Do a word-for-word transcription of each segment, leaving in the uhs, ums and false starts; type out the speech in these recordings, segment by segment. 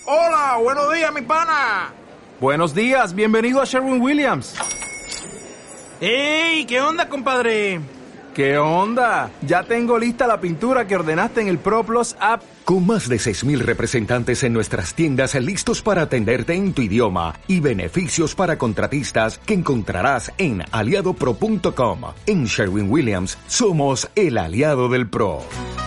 Hola, buenos días, mi pana. Buenos días, bienvenido a Sherwin-Williams. ¡Ey! ¿Qué onda, compadre? ¿Qué onda? Ya tengo lista la pintura que ordenaste en el ProPlus app. Con más de seis mil representantes en nuestras tiendas listos para atenderte en tu idioma y beneficios para contratistas que encontrarás en aliado pro punto com. En Sherwin-Williams somos el aliado del pro.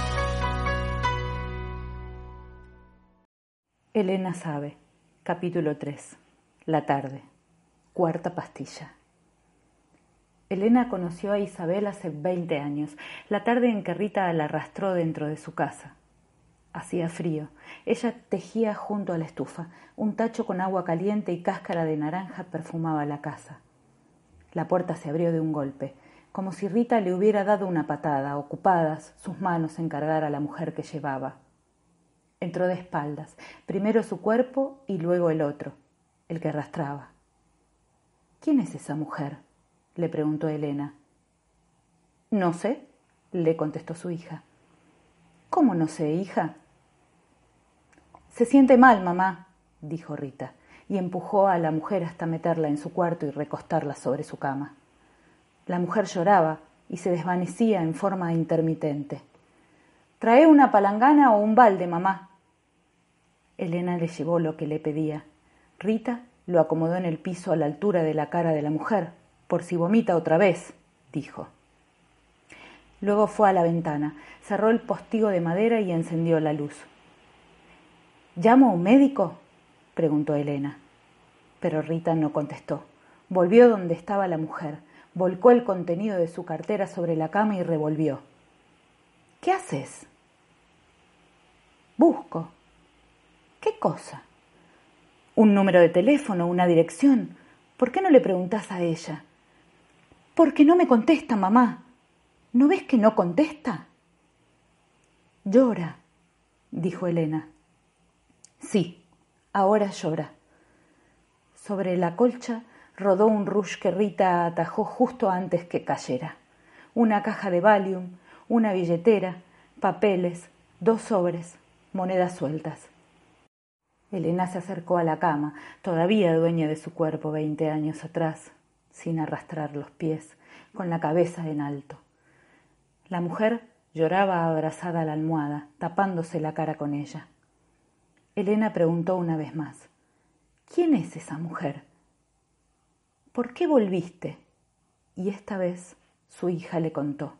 Elena sabe. Capítulo tres. La tarde. Cuarta pastilla. Elena conoció a Isabel hace veinte años, la tarde en que Rita la arrastró dentro de su casa. Hacía frío. Ella tejía junto a la estufa. Un tacho con agua caliente y cáscara de naranja perfumaba la casa. La puerta se abrió de un golpe, como si Rita le hubiera dado una patada, ocupadas sus manos en cargar a la mujer que llevaba. Entró de espaldas, primero su cuerpo y luego el otro, el que arrastraba. ¿Quién es esa mujer?, le preguntó Elena. No sé, le contestó su hija. ¿Cómo no sé, hija? Se siente mal, mamá, dijo Rita, y empujó a la mujer hasta meterla en su cuarto y recostarla sobre su cama. La mujer lloraba y se desvanecía en forma intermitente. Trae una palangana o un balde, mamá. Elena le llevó lo que le pedía. Rita lo acomodó en el piso a la altura de la cara de la mujer, por si vomita otra vez, dijo. Luego fue a la ventana, cerró el postigo de madera y encendió la luz. ¿Llamo a un médico?, preguntó Elena. Pero Rita no contestó. Volvió donde estaba la mujer, volcó el contenido de su cartera sobre la cama y revolvió. ¿Qué haces? Busco. ¿Qué cosa? Un número de teléfono, una dirección. ¿Por qué no le preguntás a ella? Porque no me contesta, mamá. ¿No ves que no contesta? Llora, dijo Elena. Sí, ahora llora. Sobre la colcha rodó un rush que Rita atajó justo antes que cayera. Una caja de Valium, una billetera, papeles, dos sobres, monedas sueltas. Elena se acercó a la cama, todavía dueña de su cuerpo veinte años atrás, sin arrastrar los pies, con la cabeza en alto. La mujer lloraba abrazada a la almohada, tapándose la cara con ella. Elena preguntó una vez más. ¿Quién es esa mujer? ¿Por qué volviste? Y esta vez su hija le contó.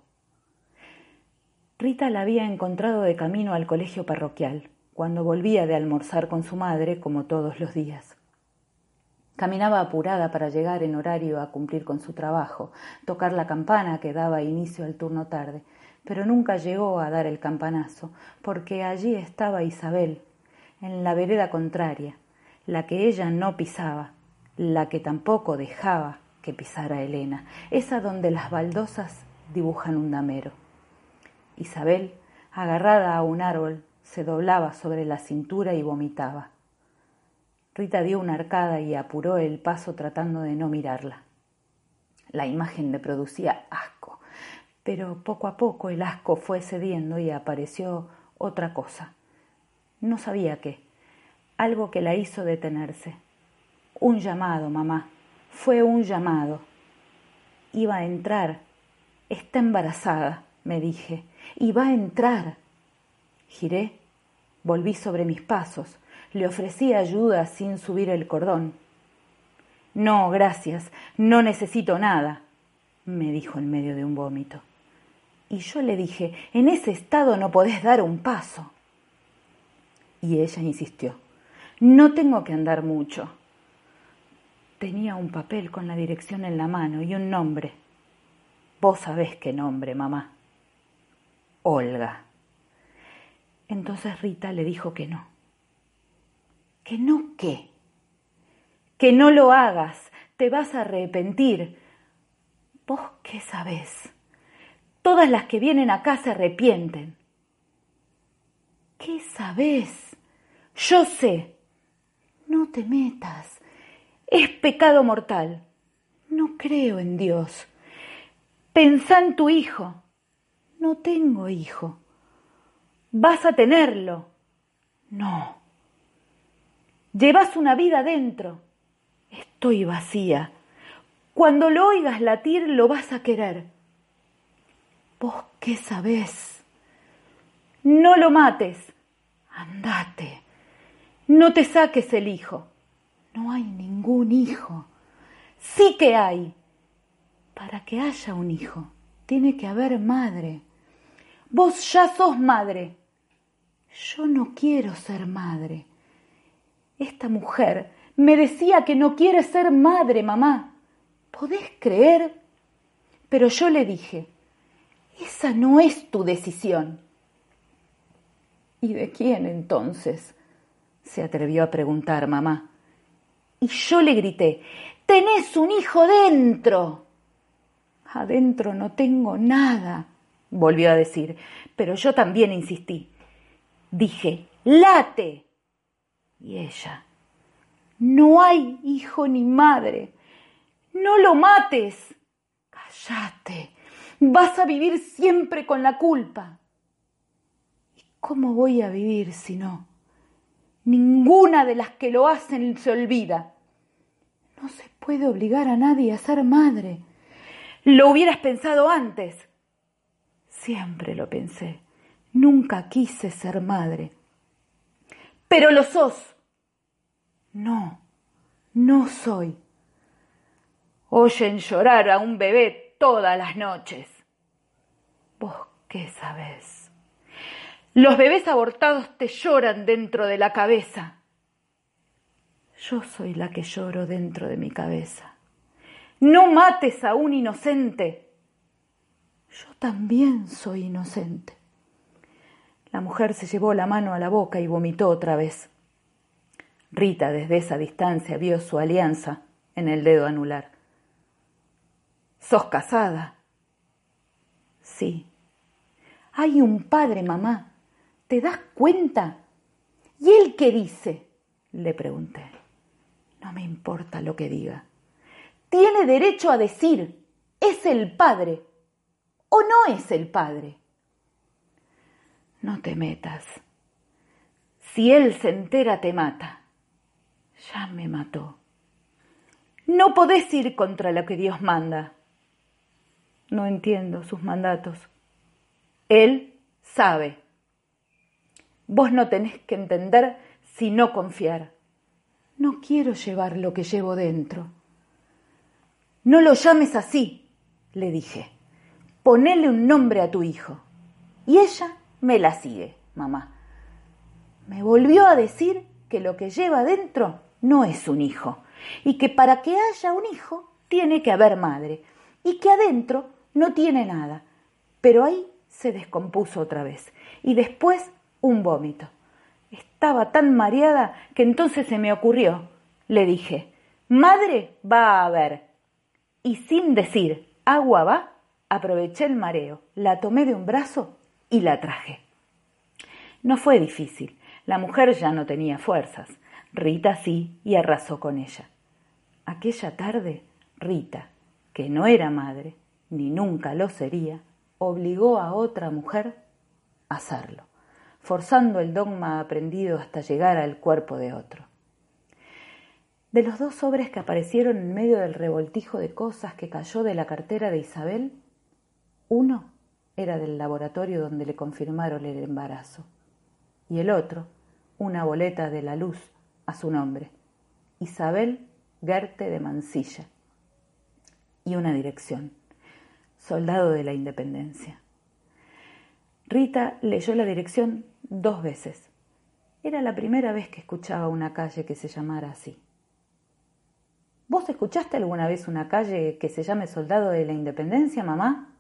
Rita la había encontrado de camino al colegio parroquial, cuando volvía de almorzar con su madre, como todos los días. Caminaba apurada para llegar en horario a cumplir con su trabajo, tocar la campana que daba inicio al turno tarde, pero nunca llegó a dar el campanazo, porque allí estaba Isabel, en la vereda contraria, la que ella no pisaba, la que tampoco dejaba que pisara Elena, esa donde las baldosas dibujan un damero. Isabel, agarrada a un árbol, se doblaba sobre la cintura y vomitaba. Rita dio una arcada y apuró el paso tratando de no mirarla. La imagen le producía asco, pero poco a poco el asco fue cediendo y apareció otra cosa. No sabía qué, algo que la hizo detenerse. Un llamado, mamá, fue un llamado. Iba a entrar. Está embarazada, me dije, y va a entrar. Giré, volví sobre mis pasos. Le ofrecí ayuda sin subir el cordón. No, gracias, no necesito nada, me dijo en medio de un vómito. Y yo le dije, en ese estado no podés dar un paso. Y ella insistió, no tengo que andar mucho. Tenía un papel con la dirección en la mano y un nombre. Vos sabés qué nombre, mamá. Olga. Entonces Rita le dijo que no. ¿Que no qué? Que no lo hagas, te vas a arrepentir. ¿Vos qué sabés? Todas las que vienen acá se arrepienten. ¿Qué sabés? Yo sé. No te metas. Es pecado mortal. No creo en Dios. Pensá en tu hijo. No tengo hijo. Vas a tenerlo. No. Llevas una vida dentro. Estoy vacía. Cuando lo oigas latir, lo vas a querer. ¿Vos qué sabés? No lo mates. Andate. No te saques el hijo. No hay ningún hijo. Sí que hay. Para que haya un hijo, tiene que haber madre. Vos ya sos madre. Yo no quiero ser madre. Esta mujer me decía que no quiere ser madre, mamá. ¿Podés creer? Pero yo le dije, esa no es tu decisión. ¿Y de quién entonces? Se atrevió a preguntar mamá. Y yo le grité, tenés un hijo dentro. Adentro no tengo nada, volvió a decir, pero yo también insistí. Dije, late. Y ella, no hay hijo ni madre. No lo mates. Cállate. Vas a vivir siempre con la culpa. ¿Y cómo voy a vivir si no? Ninguna de las que lo hacen se olvida. No se puede obligar a nadie a ser madre. Lo hubieras pensado antes. Siempre lo pensé. Nunca quise ser madre. Pero lo sos. No, no soy. Oyen llorar a un bebé todas las noches. ¿Vos qué sabés? Los bebés abortados te lloran dentro de la cabeza. Yo soy la que lloro dentro de mi cabeza. No mates a un inocente. Yo también soy inocente. La mujer se llevó la mano a la boca y vomitó otra vez. Rita desde esa distancia vio su alianza en el dedo anular. ¿Sos casada? Sí. Hay un padre, mamá. ¿Te das cuenta? ¿Y él qué dice? Le pregunté. No me importa lo que diga. Tiene derecho a decir, ¿es el padre o no es el padre? No te metas. Si él se entera, te mata. Ya me mató. No podés ir contra lo que Dios manda. No entiendo sus mandatos. Él sabe. Vos no tenés que entender sino confiar. No quiero llevar lo que llevo dentro. No lo llames así, le dije. Ponele un nombre a tu hijo. Y ella me la sigue, mamá. Me volvió a decir que lo que lleva dentro no es un hijo, y que para que haya un hijo tiene que haber madre, y que adentro no tiene nada. Pero ahí se descompuso otra vez, y después un vómito. Estaba tan mareada que entonces se me ocurrió. Le dije, madre va a haber. Y sin decir agua va, aproveché el mareo, la tomé de un brazo y la traje. No fue difícil. La mujer ya no tenía fuerzas. Rita sí, y arrasó con ella. Aquella tarde, Rita, que no era madre, ni nunca lo sería, obligó a otra mujer a hacerlo, forzando el dogma aprendido hasta llegar al cuerpo de otro. De los dos sobres que aparecieron en medio del revoltijo de cosas que cayó de la cartera de Isabel, uno era del laboratorio donde le confirmaron el embarazo, y el otro, una boleta de la luz a su nombre, Isabel Gerte de Mansilla, y una dirección, Soldado de la Independencia. Rita leyó la dirección dos veces. Era la primera vez que escuchaba una calle que se llamara así. ¿Vos escuchaste alguna vez una calle que se llame Soldado de la Independencia, mamá?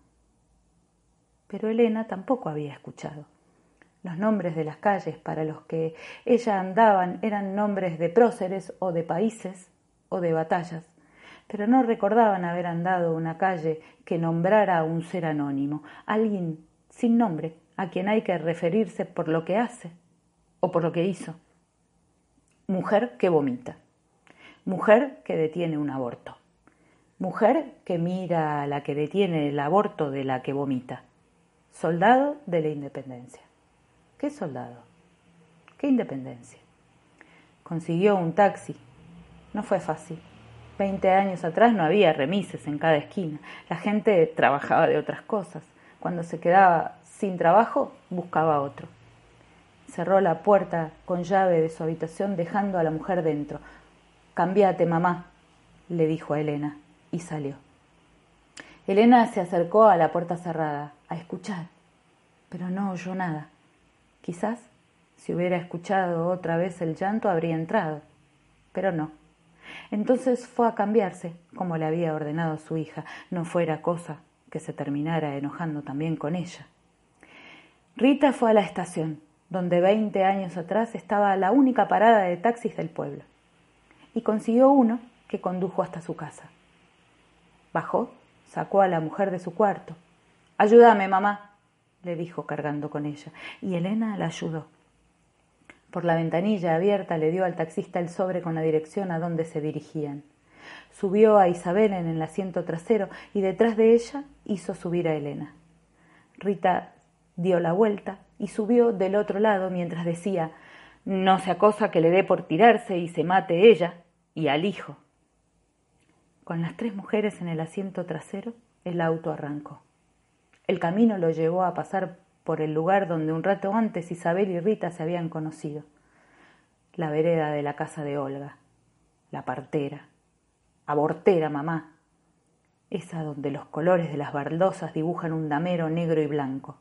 Pero Elena tampoco había escuchado. Los nombres de las calles para los que ella andaban eran nombres de próceres o de países o de batallas, pero no recordaban haber andado una calle que nombrara a un ser anónimo, alguien sin nombre, a quien hay que referirse por lo que hace o por lo que hizo. Mujer que vomita. Mujer que detiene un aborto. Mujer que mira a la que detiene el aborto de la que vomita. Soldado de la Independencia. ¿Qué soldado? ¿Qué independencia? Consiguió un taxi. No fue fácil. Veinte años atrás no había remises en cada esquina. La gente trabajaba de otras cosas. Cuando se quedaba sin trabajo, buscaba otro. Cerró la puerta con llave de su habitación, dejando a la mujer dentro. «Cambiate, mamá», le dijo a Elena, y salió. Elena se acercó a la puerta cerrada, a escuchar, pero no oyó nada. Quizás, si hubiera escuchado otra vez el llanto, habría entrado, pero no. Entonces fue a cambiarse, como le había ordenado su hija, no fuera cosa que se terminara enojando también con ella. Rita fue a la estación, donde veinte años atrás estaba la única parada de taxis del pueblo, y consiguió uno que condujo hasta su casa. Bajó, sacó a la mujer de su cuarto. «Ayúdame, mamá», le dijo cargando con ella, y Elena la ayudó. Por la ventanilla abierta le dio al taxista el sobre con la dirección a donde se dirigían. Subió a Isabel en el asiento trasero y detrás de ella hizo subir a Elena. Rita dio la vuelta y subió del otro lado mientras decía: «No sea cosa que le dé por tirarse y se mate ella y al hijo». Con las tres mujeres en el asiento trasero, el auto arrancó. El camino lo llevó a pasar por el lugar donde un rato antes Isabel y Rita se habían conocido. La vereda de la casa de Olga, la partera, abortera mamá, esa donde los colores de las baldosas dibujan un damero negro y blanco.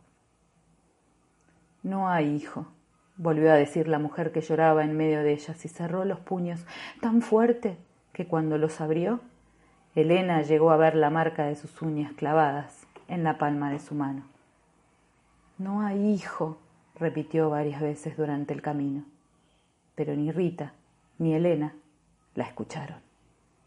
«No hay hijo», volvió a decir la mujer que lloraba en medio de ellas y cerró los puños tan fuerte que cuando los abrió, Elena llegó a ver la marca de sus uñas clavadas en la palma de su mano. «No hay hijo», repitió varias veces durante el camino, pero ni Rita ni Elena la escucharon.